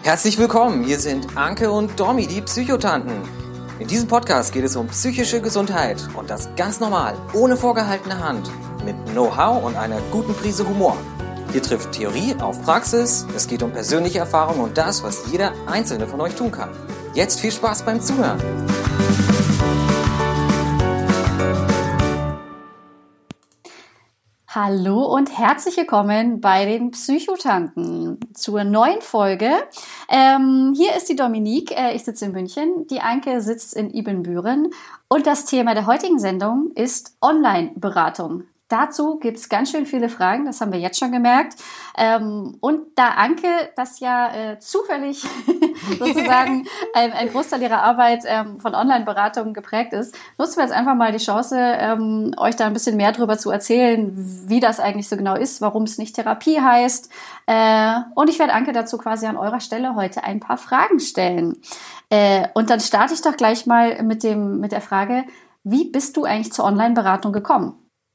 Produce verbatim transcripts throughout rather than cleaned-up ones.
Herzlich willkommen, hier sind Anke und Domi, die Psychotanten. In diesem Podcast geht es um psychische Gesundheit und das ganz normal, ohne vorgehaltene Hand, mit Know-how und einer guten Prise Humor. Hier trifft Theorie auf Praxis, es geht um persönliche Erfahrungen und das, was jeder Einzelne von euch tun kann. Jetzt viel Spaß beim Zuhören. Hallo und herzlich willkommen bei den Psychotanten zur neuen Folge. Ähm, hier ist die Dominique, äh, ich sitze in München, die Anke sitzt in Ibbenbüren und das Thema der heutigen Sendung ist Online-Beratung. Dazu gibt es ganz schön viele Fragen, das haben wir jetzt schon gemerkt. Ähm, und da Anke das ja äh, zufällig sozusagen ein, ein Großteil ihrer Arbeit ähm, von Online-Beratungen geprägt ist, nutzen wir jetzt einfach mal die Chance, ähm, euch da ein bisschen mehr drüber zu erzählen, wie das eigentlich so genau ist, warum es nicht Therapie heißt. Äh, und ich werde Anke dazu quasi an eurer Stelle heute ein paar Fragen stellen. Äh, und dann starte ich doch gleich mal mit dem mit der Frage, wie bist du eigentlich zur Online-Beratung gekommen?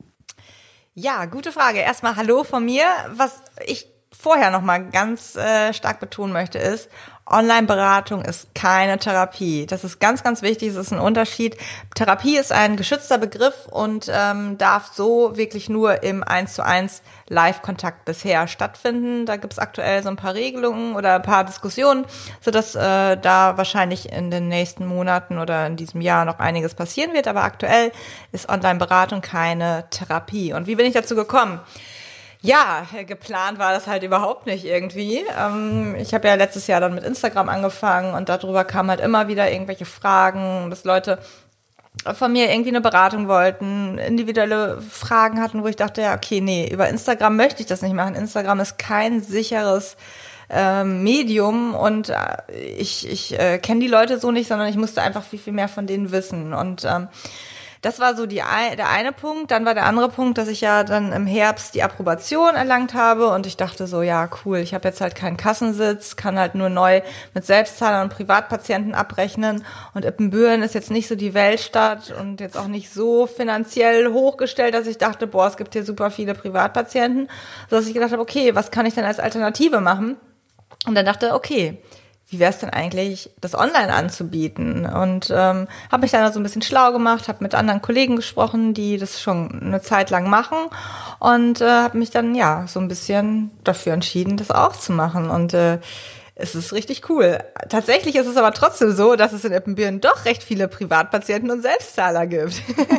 Ja, gute Frage. Erstmal Hallo von mir. Was ich vorher nochmal ganz äh, stark betonen möchte ist, Online-Beratung ist keine Therapie. Das ist ganz, ganz wichtig. Es ist ein Unterschied. Therapie ist ein geschützter Begriff und ähm, darf so wirklich nur im eins zu eins Live-Kontakt bisher stattfinden. Da gibt es aktuell so ein paar Regelungen oder ein paar Diskussionen, sodass äh, da wahrscheinlich in den nächsten Monaten oder in diesem Jahr noch einiges passieren wird. Aber aktuell ist Online-Beratung keine Therapie. Und wie bin ich dazu gekommen? Ja, geplant war das halt überhaupt nicht irgendwie. Ähm, ich habe ja letztes Jahr dann mit Instagram angefangen und darüber kamen halt immer wieder irgendwelche Fragen, dass Leute von mir irgendwie eine Beratung wollten, individuelle Fragen hatten, wo ich dachte, ja, okay, nee, über Instagram möchte ich das nicht machen. Instagram ist kein sicheres äh, Medium und äh, ich, ich äh, kenne die Leute so nicht, sondern ich musste einfach viel, viel mehr von denen wissen und ähm, das war so die, der eine Punkt. Dann war der andere Punkt, dass ich ja dann im Herbst die Approbation erlangt habe und ich dachte so, ja cool, ich habe jetzt halt keinen Kassensitz, kann halt nur neu mit Selbstzahlern und Privatpatienten abrechnen und Ibbenbüren ist jetzt nicht so die Weltstadt und jetzt auch nicht so finanziell hochgestellt, dass ich dachte, boah, es gibt hier super viele Privatpatienten, sodass ich gedacht habe, okay, was kann ich denn als Alternative machen? Und dann dachte, okay, wie wäre es denn eigentlich, das online anzubieten? Und ähm, habe mich dann so ein bisschen schlau gemacht, habe mit anderen Kollegen gesprochen, die das schon eine Zeit lang machen und äh, habe mich dann ja so ein bisschen dafür entschieden, das auch zu machen. Und äh, es ist richtig cool. Tatsächlich ist es aber trotzdem so, dass es in Ibbenbüren doch recht viele Privatpatienten und Selbstzahler gibt.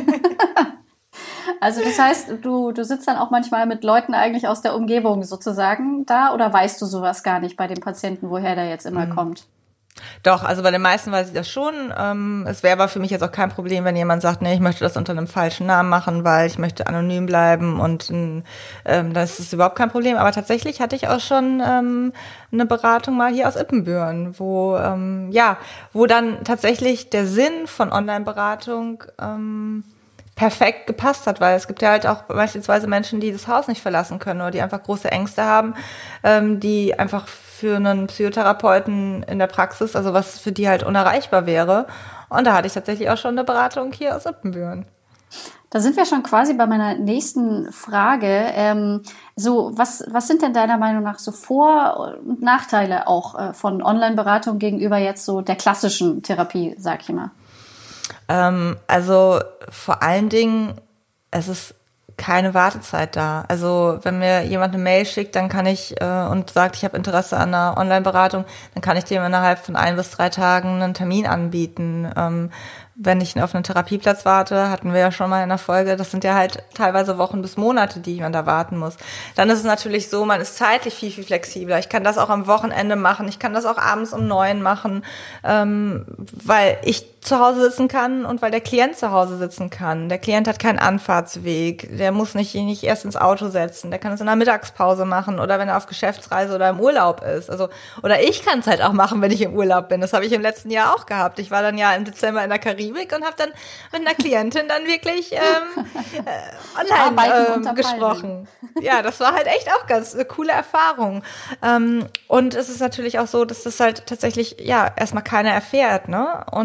Also das heißt, du, du sitzt dann auch manchmal mit Leuten eigentlich aus der Umgebung sozusagen da oder weißt du sowas gar nicht bei den Patienten, woher der jetzt immer mhm. kommt? Doch, also bei den meisten weiß ich das schon. Ähm, es wäre aber für mich jetzt auch kein Problem, wenn jemand sagt, nee, ich möchte das unter einem falschen Namen machen, weil ich möchte anonym bleiben und ähm, das ist überhaupt kein Problem. Aber tatsächlich hatte ich auch schon ähm, eine Beratung mal hier aus Ibbenbüren, wo ähm, ja, wo dann tatsächlich der Sinn von Online-Beratung ähm, perfekt gepasst hat, weil es gibt ja halt auch beispielsweise Menschen, die das Haus nicht verlassen können oder die einfach große Ängste haben, ähm, die einfach für einen Psychotherapeuten in der Praxis, also was für die halt unerreichbar wäre. Und da hatte ich tatsächlich auch schon eine Beratung hier aus Ibbenbüren. Da sind wir schon quasi bei meiner nächsten Frage. Ähm, so, was, was sind denn deiner Meinung nach so Vor- und Nachteile auch äh, von Online-Beratung gegenüber jetzt so der klassischen Therapie, sag ich mal? Ähm, also vor allen Dingen, es ist keine Wartezeit da. Also wenn mir jemand eine Mail schickt, dann kann ich äh, und sagt, ich habe Interesse an einer Online-Beratung, dann kann ich dem innerhalb von ein bis drei Tagen einen Termin anbieten. Ähm, wenn ich auf einen Therapieplatz warte, hatten wir ja schon mal in der Folge, das sind ja halt teilweise Wochen bis Monate, die man da warten muss. Dann ist es natürlich so, man ist zeitlich viel, viel flexibler. Ich kann das auch am Wochenende machen, ich kann das auch abends um neun machen, ähm, weil ich zu Hause sitzen kann und weil der Klient zu Hause sitzen kann. Der Klient hat keinen Anfahrtsweg, der muss nicht, nicht erst ins Auto setzen, der kann es in der Mittagspause machen oder wenn er auf Geschäftsreise oder im Urlaub ist. Also oder ich kann es halt auch machen, wenn ich im Urlaub bin. Das habe ich im letzten Jahr auch gehabt. Ich war dann ja im Dezember in der Karibik und habe dann mit einer Klientin dann wirklich ähm, äh, online ähm, gesprochen. Ja, das war halt echt auch ganz eine coole Erfahrung. Ähm, und es ist natürlich auch so, dass das halt tatsächlich ja erstmal keiner erfährt, ne? Und ähm,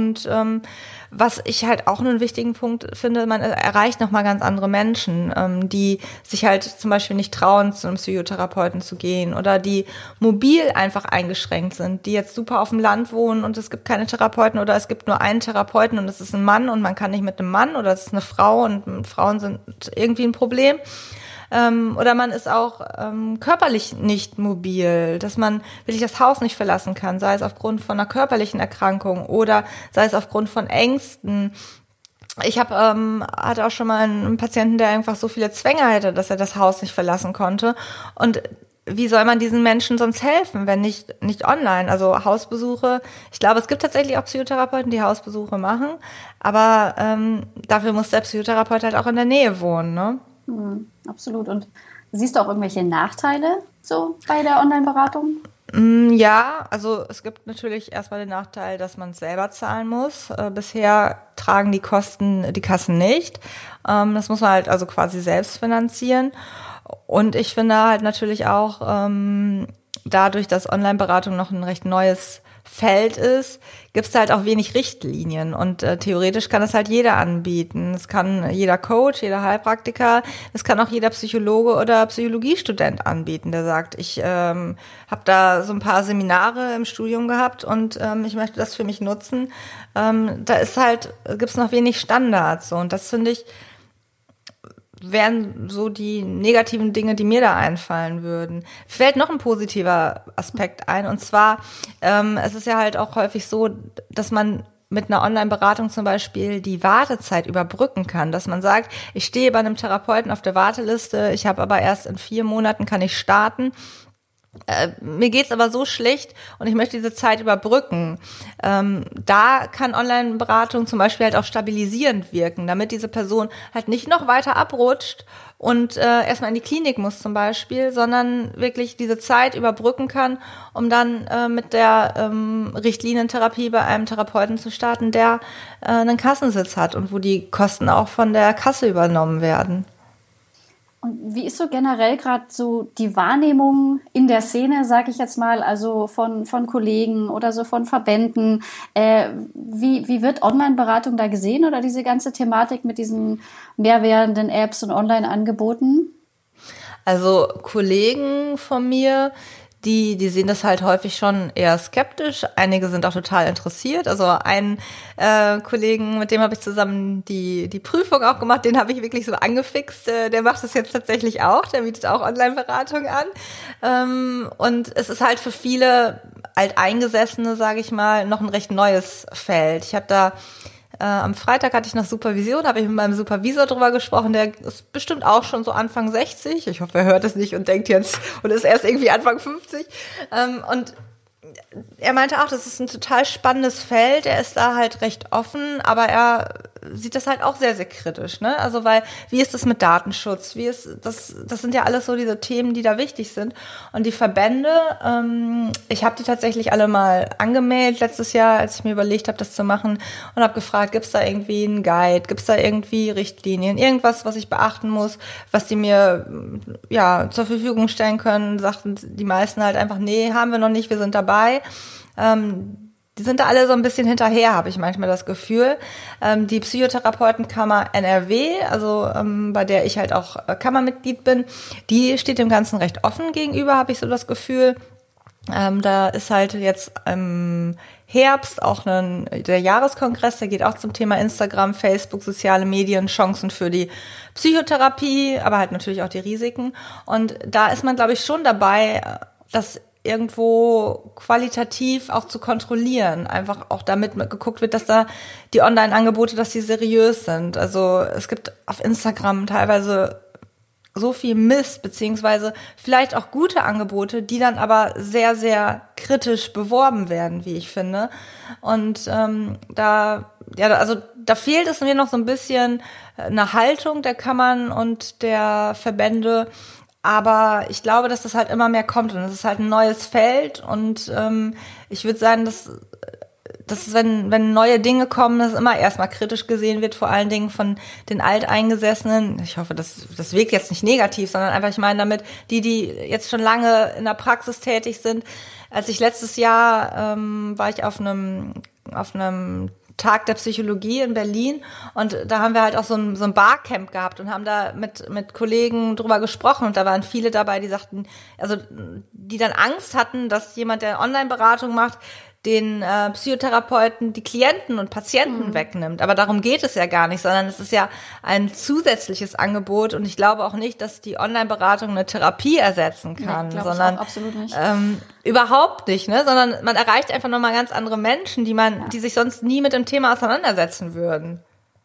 ähm, was ich halt auch einen wichtigen Punkt finde, man erreicht nochmal ganz andere Menschen, ähm, die sich halt zum Beispiel nicht trauen, zu einem Psychotherapeuten zu gehen oder die mobil einfach eingeschränkt sind, die jetzt super auf dem Land wohnen und es gibt keine Therapeuten oder es gibt nur einen Therapeuten und es ist ein Mann und man kann nicht mit einem Mann oder es ist eine Frau und Frauen sind irgendwie ein Problem. Ähm, oder man ist auch ähm, körperlich nicht mobil, dass man wirklich das Haus nicht verlassen kann, sei es aufgrund von einer körperlichen Erkrankung oder sei es aufgrund von Ängsten. Ich habe ähm, hatte auch schon mal einen, einen Patienten, der einfach so viele Zwänge hatte, dass er das Haus nicht verlassen konnte. Und wie soll man diesen Menschen sonst helfen, wenn nicht nicht online? Also Hausbesuche. Ich glaube, es gibt tatsächlich auch Psychotherapeuten, die Hausbesuche machen, aber ähm, dafür muss der Psychotherapeut halt auch in der Nähe wohnen, ne? Mhm, absolut. Und siehst du auch irgendwelche Nachteile so bei der Online-Beratung? Ja, also es gibt natürlich erstmal den Nachteil, dass man es selber zahlen muss. Äh, bisher tragen die Kosten die Kassen nicht. Ähm, das muss man halt also quasi selbst finanzieren. Und ich finde halt natürlich auch, ähm, dadurch, dass Online-Beratung noch ein recht neues Feld ist, gibt es halt auch wenig Richtlinien und äh, theoretisch kann das halt jeder anbieten. Es kann jeder Coach, jeder Heilpraktiker, es kann auch jeder Psychologe oder Psychologiestudent anbieten, der sagt, ich ähm, habe da so ein paar Seminare im Studium gehabt und ähm, ich möchte das für mich nutzen. Ähm, da ist halt, gibt es noch wenig Standards so, und das finde ich, wären so die negativen Dinge, die mir da einfallen würden. Fällt noch ein positiver Aspekt ein, und zwar, ähm, es ist ja halt auch häufig so, dass man mit einer Online-Beratung zum Beispiel die Wartezeit überbrücken kann, dass man sagt, ich stehe bei einem Therapeuten auf der Warteliste, ich habe aber erst in vier Monaten kann ich starten. Äh, mir geht's aber so schlecht und ich möchte diese Zeit überbrücken. Ähm, da kann Online-Beratung zum Beispiel halt auch stabilisierend wirken, damit diese Person halt nicht noch weiter abrutscht und äh, erstmal in die Klinik muss zum Beispiel, sondern wirklich diese Zeit überbrücken kann, um dann äh, mit der ähm, Richtlinientherapie bei einem Therapeuten zu starten, der äh, einen Kassensitz hat und wo die Kosten auch von der Kasse übernommen werden. Und wie ist so generell gerade so die Wahrnehmung in der Szene, sage ich jetzt mal, also von, von Kollegen oder so von Verbänden? Äh, wie, wie wird Online-Beratung da gesehen oder diese ganze Thematik mit diesen mehrwerdenden Apps und Online-Angeboten? Also Kollegen von mir, die die sehen das halt häufig schon eher skeptisch. Einige sind auch total interessiert. Also einen äh, Kollegen, mit dem habe ich zusammen die die Prüfung auch gemacht, den habe ich wirklich so angefixt. Äh, der macht das jetzt tatsächlich auch. Der bietet auch Online-Beratung an. Ähm, und es ist halt für viele Alteingesessene, sage ich mal, noch ein recht neues Feld. Ich habe da Äh, am Freitag hatte ich noch Supervision, habe ich mit meinem Supervisor drüber gesprochen, der ist bestimmt auch schon so Anfang sechzig. Ich hoffe, er hört es nicht und denkt jetzt, und ist erst irgendwie Anfang fünfzig. Ähm, und er meinte auch, das ist ein total spannendes Feld, er ist da halt recht offen, aber er sieht das halt auch sehr, sehr kritisch, ne? Also, weil, wie ist das mit Datenschutz? Wie ist das, das sind ja alles so diese Themen, die da wichtig sind. Und die Verbände, ähm, ich habe die tatsächlich alle mal angemeldet letztes Jahr, als ich mir überlegt habe, das zu machen, und habe gefragt, gibt es da irgendwie einen Guide, gibt es da irgendwie Richtlinien, irgendwas, was ich beachten muss, was die mir, ja, zur Verfügung stellen können? Sagten die meisten halt einfach, nee, haben wir noch nicht, wir sind dabei. Ähm, Die sind da alle so ein bisschen hinterher, habe ich manchmal das Gefühl. Ähm, die Psychotherapeutenkammer N R W, also ähm, bei der ich halt auch äh, Kammermitglied bin, die steht dem Ganzen recht offen gegenüber, habe ich so das Gefühl. Ähm, da ist halt jetzt im Herbst auch ein, der Jahreskongress, der geht auch zum Thema Instagram, Facebook, soziale Medien, Chancen für die Psychotherapie, aber halt natürlich auch die Risiken. Und da ist man, glaube ich, schon dabei, dass irgendwo qualitativ auch zu kontrollieren, einfach auch damit geguckt wird, dass da die Online-Angebote, dass die seriös sind. Also es gibt auf Instagram teilweise so viel Mist, beziehungsweise vielleicht auch gute Angebote, die dann aber sehr, sehr kritisch beworben werden, wie ich finde. Und ähm, da, ja, also da fehlt es mir noch so ein bisschen eine Haltung der Kammern und der Verbände. Aber ich glaube, dass das halt immer mehr kommt und es ist halt ein neues Feld und ähm, ich würde sagen, dass, dass wenn, wenn neue Dinge kommen, dass immer erstmal kritisch gesehen wird, vor allen Dingen von den Alteingesessenen. Ich hoffe, das, das wirkt jetzt nicht negativ, sondern einfach, ich meine damit, die, die jetzt schon lange in der Praxis tätig sind. Als ich letztes Jahr ähm, war ich auf einem, auf einem Tag der Psychologie in Berlin und da haben wir halt auch so ein, so ein Barcamp gehabt und haben da mit, mit Kollegen drüber gesprochen und da waren viele dabei, die sagten, also die dann Angst hatten, dass jemand, der Online-Beratung macht, den äh, Psychotherapeuten die Klienten und Patienten mhm. wegnimmt. Aber darum geht es ja gar nicht, sondern es ist ja ein zusätzliches Angebot und ich glaube auch nicht, dass die Online-Beratung eine Therapie ersetzen kann, nee, sondern absolut nicht. Ähm, überhaupt nicht, ne? Sondern man erreicht einfach nochmal ganz andere Menschen, die man, ja. die sich sonst nie mit dem Thema auseinandersetzen würden.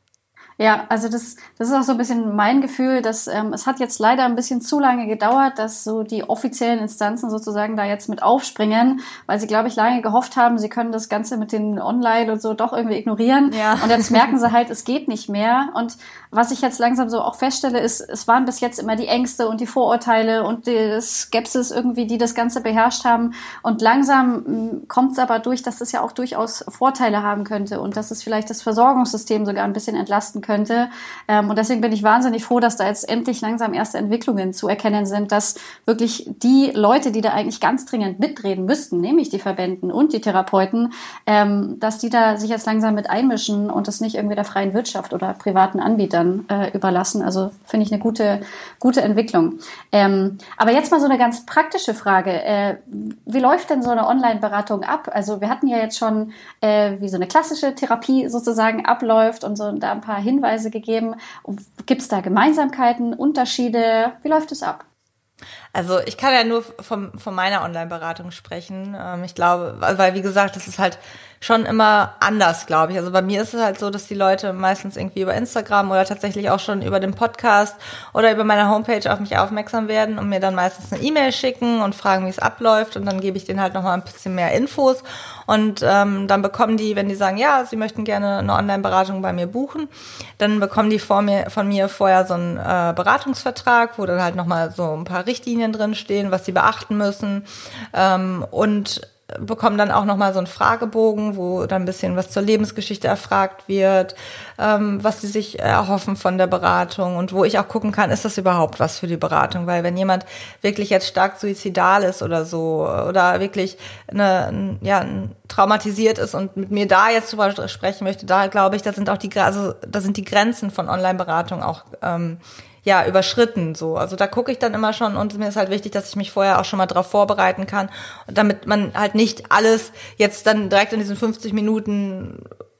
Ja, also das, das ist auch so ein bisschen mein Gefühl, dass ähm, es hat jetzt leider ein bisschen zu lange gedauert, dass so die offiziellen Instanzen sozusagen da jetzt mit aufspringen, weil sie, glaube ich, lange gehofft haben, sie können das Ganze mit den Online und so doch irgendwie ignorieren. Ja. Und jetzt merken sie halt, es geht nicht mehr. Und was ich jetzt langsam so auch feststelle, ist, es waren bis jetzt immer die Ängste und die Vorurteile und die Skepsis irgendwie, die das Ganze beherrscht haben. Und langsam kommt es aber durch, dass das ja auch durchaus Vorteile haben könnte und dass es vielleicht das Versorgungssystem sogar ein bisschen entlasten könnte. Ähm, und deswegen bin ich wahnsinnig froh, dass da jetzt endlich langsam erste Entwicklungen zu erkennen sind, dass wirklich die Leute, die da eigentlich ganz dringend mitreden müssten, nämlich die Verbänden und die Therapeuten, ähm, dass die da sich jetzt langsam mit einmischen und das nicht irgendwie der freien Wirtschaft oder privaten Anbietern äh, überlassen. Also finde ich eine gute, gute Entwicklung. Ähm, aber jetzt mal so eine ganz praktische Frage. Äh, wie läuft denn so eine Online-Beratung ab? Also wir hatten ja jetzt schon, äh, wie so eine klassische Therapie sozusagen abläuft und so da ein paar Hinweise gegeben. Gibt es da Gemeinsamkeiten, Unterschiede? Wie läuft es ab? Also ich kann ja nur vom, von meiner Online-Beratung sprechen. Ähm, ich glaube, weil wie gesagt, das ist halt schon immer anders, glaube ich. Also bei mir ist es halt so, dass die Leute meistens irgendwie über Instagram oder tatsächlich auch schon über den Podcast oder über meine Homepage auf mich aufmerksam werden und mir dann meistens eine E-Mail schicken und fragen, wie es abläuft und dann gebe ich denen halt nochmal ein bisschen mehr Infos und ähm, dann bekommen die, wenn die sagen, ja, sie möchten gerne eine Online-Beratung bei mir buchen, dann bekommen die vor mir, von mir vorher so einen äh, Beratungsvertrag, wo dann halt nochmal so ein paar Richtlinien drin stehen, was sie beachten müssen ähm, und bekommen dann auch nochmal so einen Fragebogen, wo dann ein bisschen was zur Lebensgeschichte erfragt wird, ähm, was sie sich erhoffen von der Beratung und wo ich auch gucken kann, ist das überhaupt was für die Beratung? Weil wenn jemand wirklich jetzt stark suizidal ist oder so oder wirklich eine, ja, traumatisiert ist und mit mir da jetzt drüber sprechen möchte, da glaube ich, da sind auch die, also da sind die Grenzen von Online-Beratung auch ähm, ja, überschritten, so. Also da gucke ich dann immer schon und mir ist halt wichtig, dass ich mich vorher auch schon mal drauf vorbereiten kann, damit man halt nicht alles jetzt dann direkt in diesen fünfzig Minuten,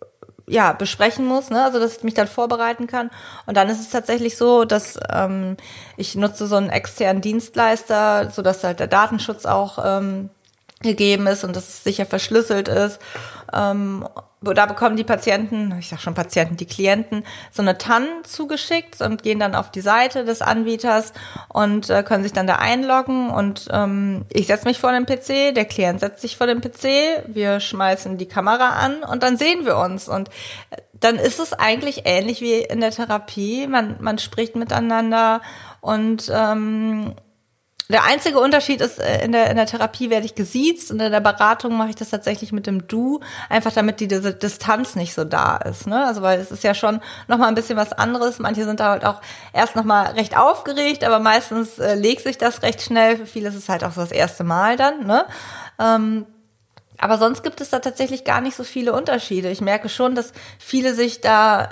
ja, besprechen muss, ne, also dass ich mich dann vorbereiten kann. Und dann ist es tatsächlich so, dass ähm, ich nutze so einen externen Dienstleister, so dass halt der Datenschutz auch ähm, gegeben ist und dass es sicher verschlüsselt ist. Ähm, da bekommen die Patienten, ich sag schon Patienten, die Klienten, so eine T A N zugeschickt und gehen dann auf die Seite des Anbieters und äh, können sich dann da einloggen und ähm, ich setze mich vor den P C, der Klient setzt sich vor den P C, wir schmeißen die Kamera an und dann sehen wir uns und dann ist es eigentlich ähnlich wie in der Therapie, man man spricht miteinander und ähm, der einzige Unterschied ist, in der, in der Therapie werde ich gesiezt und in der Beratung mache ich das tatsächlich mit dem Du, einfach damit die diese Distanz nicht so da ist, ne? Also weil es ist ja schon nochmal ein bisschen was anderes. Manche sind da halt auch erst nochmal recht aufgeregt, aber meistens äh, legt sich das recht schnell. Für viele ist es halt auch so das erste Mal dann, ne? Ähm, aber sonst gibt es da tatsächlich gar nicht so viele Unterschiede. Ich merke schon, dass viele sich da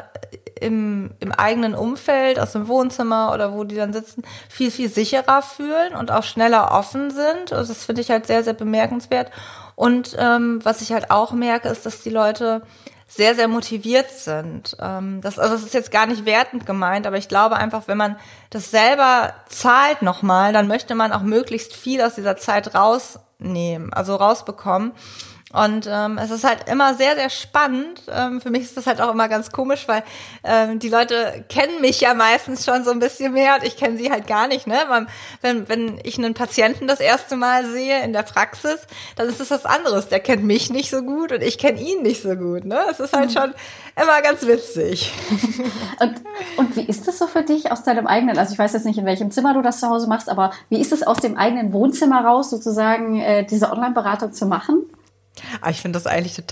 im, im eigenen Umfeld, aus dem Wohnzimmer oder wo die dann sitzen, viel, viel sicherer fühlen und auch schneller offen sind. Also das finde ich halt sehr, sehr bemerkenswert. Und ähm, was ich halt auch merke, ist, dass die Leute sehr, sehr motiviert sind. Ähm, das, also das ist jetzt gar nicht wertend gemeint, aber ich glaube einfach, wenn man das selber zahlt nochmal, dann möchte man auch möglichst viel aus dieser Zeit rausnehmen, also rausbekommen. Und ähm, es ist halt immer sehr, sehr spannend. Ähm, für mich ist das halt auch immer ganz komisch, weil ähm, die Leute kennen mich ja meistens schon so ein bisschen mehr und ich kenne sie halt gar nicht. Ne? Man, wenn, wenn ich einen Patienten das erste Mal sehe in der Praxis, dann ist es was anderes. Der kennt mich nicht so gut und ich kenne ihn nicht so gut. Ne? Es ist halt schon immer ganz witzig. Und, und wie ist das so für dich aus deinem eigenen, also ich weiß jetzt nicht, in welchem Zimmer du das zu Hause machst, aber wie ist es aus dem eigenen Wohnzimmer raus, sozusagen äh, diese Online-Beratung zu machen? Aber ich finde das eigentlich total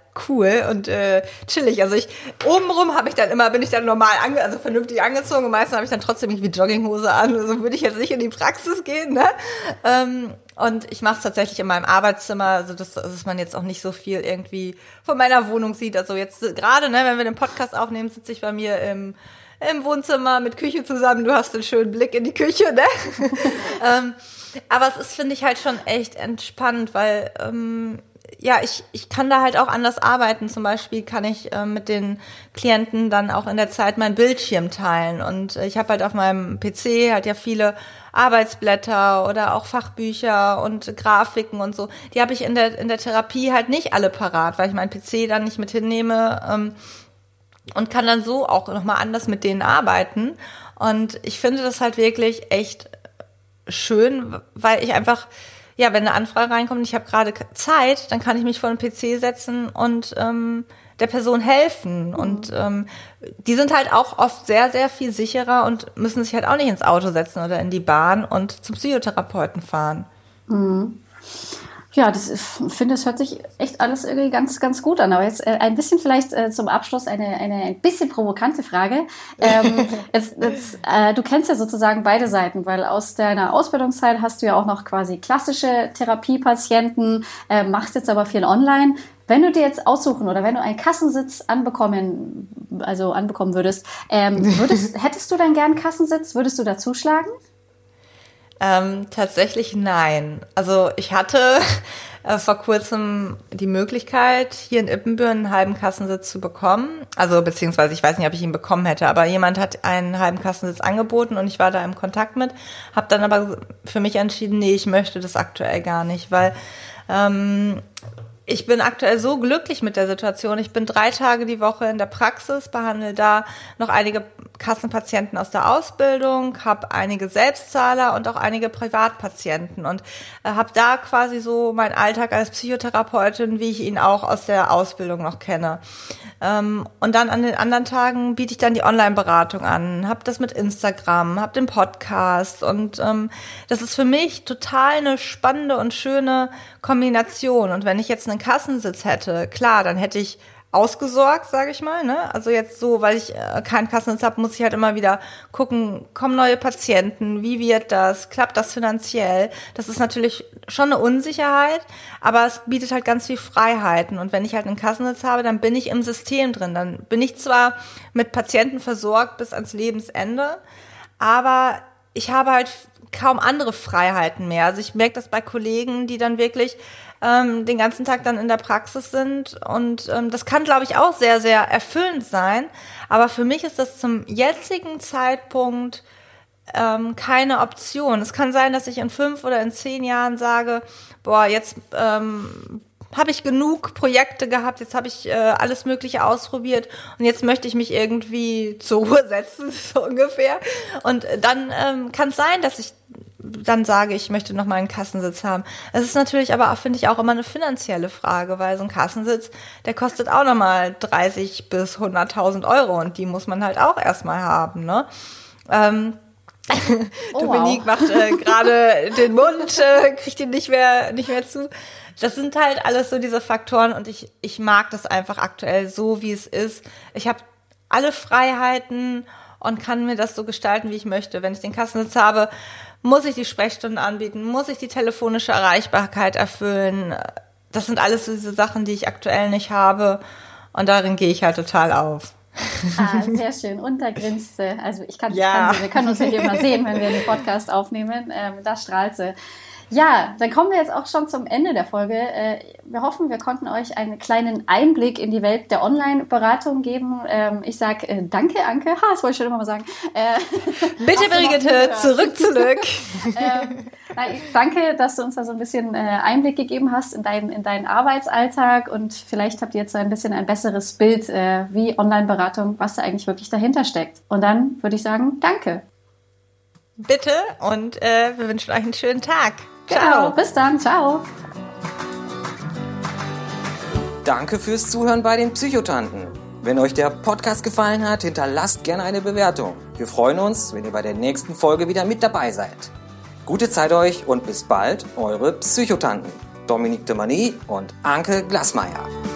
cool und äh, chillig. Also ich obenrum habe ich dann immer, bin ich dann normal ange, also vernünftig angezogen und meistens habe ich dann trotzdem irgendwie Jogginghose an. Also würde ich jetzt nicht in die Praxis gehen, ne? Ähm, und ich mache es tatsächlich in meinem Arbeitszimmer, also dass, dass man jetzt auch nicht so viel irgendwie von meiner Wohnung sieht. Also jetzt gerade, ne, wenn wir den Podcast aufnehmen, sitze ich bei mir im im Wohnzimmer mit Küche zusammen. Du hast einen schönen Blick in die Küche, ne? ähm, aber es ist, finde ich, halt schon echt entspannt, weil ähm, ja, ich ich kann da halt auch anders arbeiten. Zum Beispiel kann ich äh, mit den Klienten dann auch in der Zeit meinen Bildschirm teilen. Und äh, ich habe halt auf meinem P C halt ja viele Arbeitsblätter oder auch Fachbücher und Grafiken und so. Die habe ich in der in der Therapie halt nicht alle parat, weil ich meinen P C dann nicht mit hinnehme ähm, und kann dann so auch nochmal anders mit denen arbeiten. Und ich finde das halt wirklich echt schön, weil ich einfach, ja, wenn eine Anfrage reinkommt und ich habe gerade Zeit, dann kann ich mich vor den P C setzen und ähm, der Person helfen. Mhm. Und ähm, die sind halt auch oft sehr, sehr viel sicherer und müssen sich halt auch nicht ins Auto setzen oder in die Bahn und zum Psychotherapeuten fahren. Mhm. Ja, das, ich finde, es hört sich echt alles irgendwie ganz, ganz gut an. Aber jetzt äh, ein bisschen vielleicht äh, zum Abschluss eine, eine ein bisschen provokante Frage. Ähm, jetzt, jetzt, äh, du kennst ja sozusagen beide Seiten, weil aus deiner Ausbildungszeit hast du ja auch noch quasi klassische Therapiepatienten, äh, machst jetzt aber viel online. Wenn du dir jetzt aussuchen oder wenn du einen Kassensitz anbekommen, also anbekommen würdest, ähm, würdest hättest du dann gern einen Kassensitz? Würdest du da zuschlagen? Ähm, tatsächlich nein. Also ich hatte äh, vor kurzem die Möglichkeit, hier in Ippenbüren einen halben Kassensitz zu bekommen. Also beziehungsweise ich weiß nicht, ob ich ihn bekommen hätte, aber jemand hat einen halben Kassensitz angeboten und ich war da im Kontakt mit, habe dann aber für mich entschieden, nee, ich möchte das aktuell gar nicht, weil ähm, ich bin aktuell so glücklich mit der Situation. Ich bin drei Tage die Woche in der Praxis, behandle da noch einige Kassenpatienten aus der Ausbildung, habe einige Selbstzahler und auch einige Privatpatienten und äh, habe da quasi so meinen Alltag als Psychotherapeutin, wie ich ihn auch aus der Ausbildung noch kenne. Ähm, und dann an den anderen Tagen biete ich dann die Online-Beratung an, habe das mit Instagram, habe den Podcast und ähm, das ist für mich total eine spannende und schöne Kombination. Und wenn ich jetzt einen Kassensitz hätte, klar, dann hätte ich ausgesorgt, sage ich mal, ne? Also jetzt so, weil ich äh, keinen Kassensitz habe, muss ich halt immer wieder gucken, kommen neue Patienten, wie wird das, klappt das finanziell? Das ist natürlich schon eine Unsicherheit, aber es bietet halt ganz viel Freiheiten. Und wenn ich halt einen Kassensitz habe, dann bin ich im System drin. Dann bin ich zwar mit Patienten versorgt bis ans Lebensende, aber ich habe halt kaum andere Freiheiten mehr. Also ich merke das bei Kollegen, die dann wirklich ähm, den ganzen Tag dann in der Praxis sind und ähm, das kann, glaube ich, auch sehr, sehr erfüllend sein, aber für mich ist das zum jetzigen Zeitpunkt ähm, keine Option. Es kann sein, dass ich in fünf oder in zehn Jahren sage, boah, jetzt ähm, habe ich genug Projekte gehabt, jetzt habe ich äh, alles Mögliche ausprobiert und jetzt möchte ich mich irgendwie zur Ruhe setzen, so ungefähr. Und dann ähm, kann es sein, dass ich dann sage, ich möchte noch mal einen Kassensitz haben. Es ist natürlich aber, finde ich, auch immer eine finanzielle Frage, weil so ein Kassensitz, der kostet auch noch mal dreißig bis hunderttausend Euro und die muss man halt auch erstmal haben, ne? Ähm, oh, Dominique wow. macht äh, gerade den Mund, äh, kriegt ihn nicht mehr, nicht mehr zu. Das sind halt alles so diese Faktoren und ich, ich mag das einfach aktuell so, wie es ist. Ich habe alle Freiheiten und kann mir das so gestalten, wie ich möchte. Wenn ich den Kassensitz habe, muss ich die Sprechstunden anbieten, muss ich die telefonische Erreichbarkeit erfüllen. Das sind alles so diese Sachen, die ich aktuell nicht habe und darin gehe ich halt total auf. Ah, sehr schön. Und da grinst sie. Also ich kann, ja. ich kann sie, wir können uns ja hier mal sehen, wenn wir den Podcast aufnehmen. Ähm, da strahlt sie. Ja, dann kommen wir jetzt auch schon zum Ende der Folge. Äh, wir hoffen, wir konnten euch einen kleinen Einblick in die Welt der Online-Beratung geben. Ähm, ich sage äh, danke, Anke. Ha, das wollte ich schon immer mal sagen. Äh, Bitte, Brigitte, zurück, zurück. ähm, nein, danke, dass du uns da so ein bisschen äh, Einblick gegeben hast in, dein, in deinen Arbeitsalltag und vielleicht habt ihr jetzt so ein bisschen ein besseres Bild, äh, wie Online-Beratung, was da eigentlich wirklich dahinter steckt. Und dann würde ich sagen, danke. Bitte und äh, wir wünschen euch einen schönen Tag. Ciao. Genau, bis dann. Ciao. Danke fürs Zuhören bei den Psychotanten. Wenn euch der Podcast gefallen hat, hinterlasst gerne eine Bewertung. Wir freuen uns, wenn ihr bei der nächsten Folge wieder mit dabei seid. Gute Zeit euch und bis bald, eure Psychotanten. Dominique de Mani und Anke Glasmeier.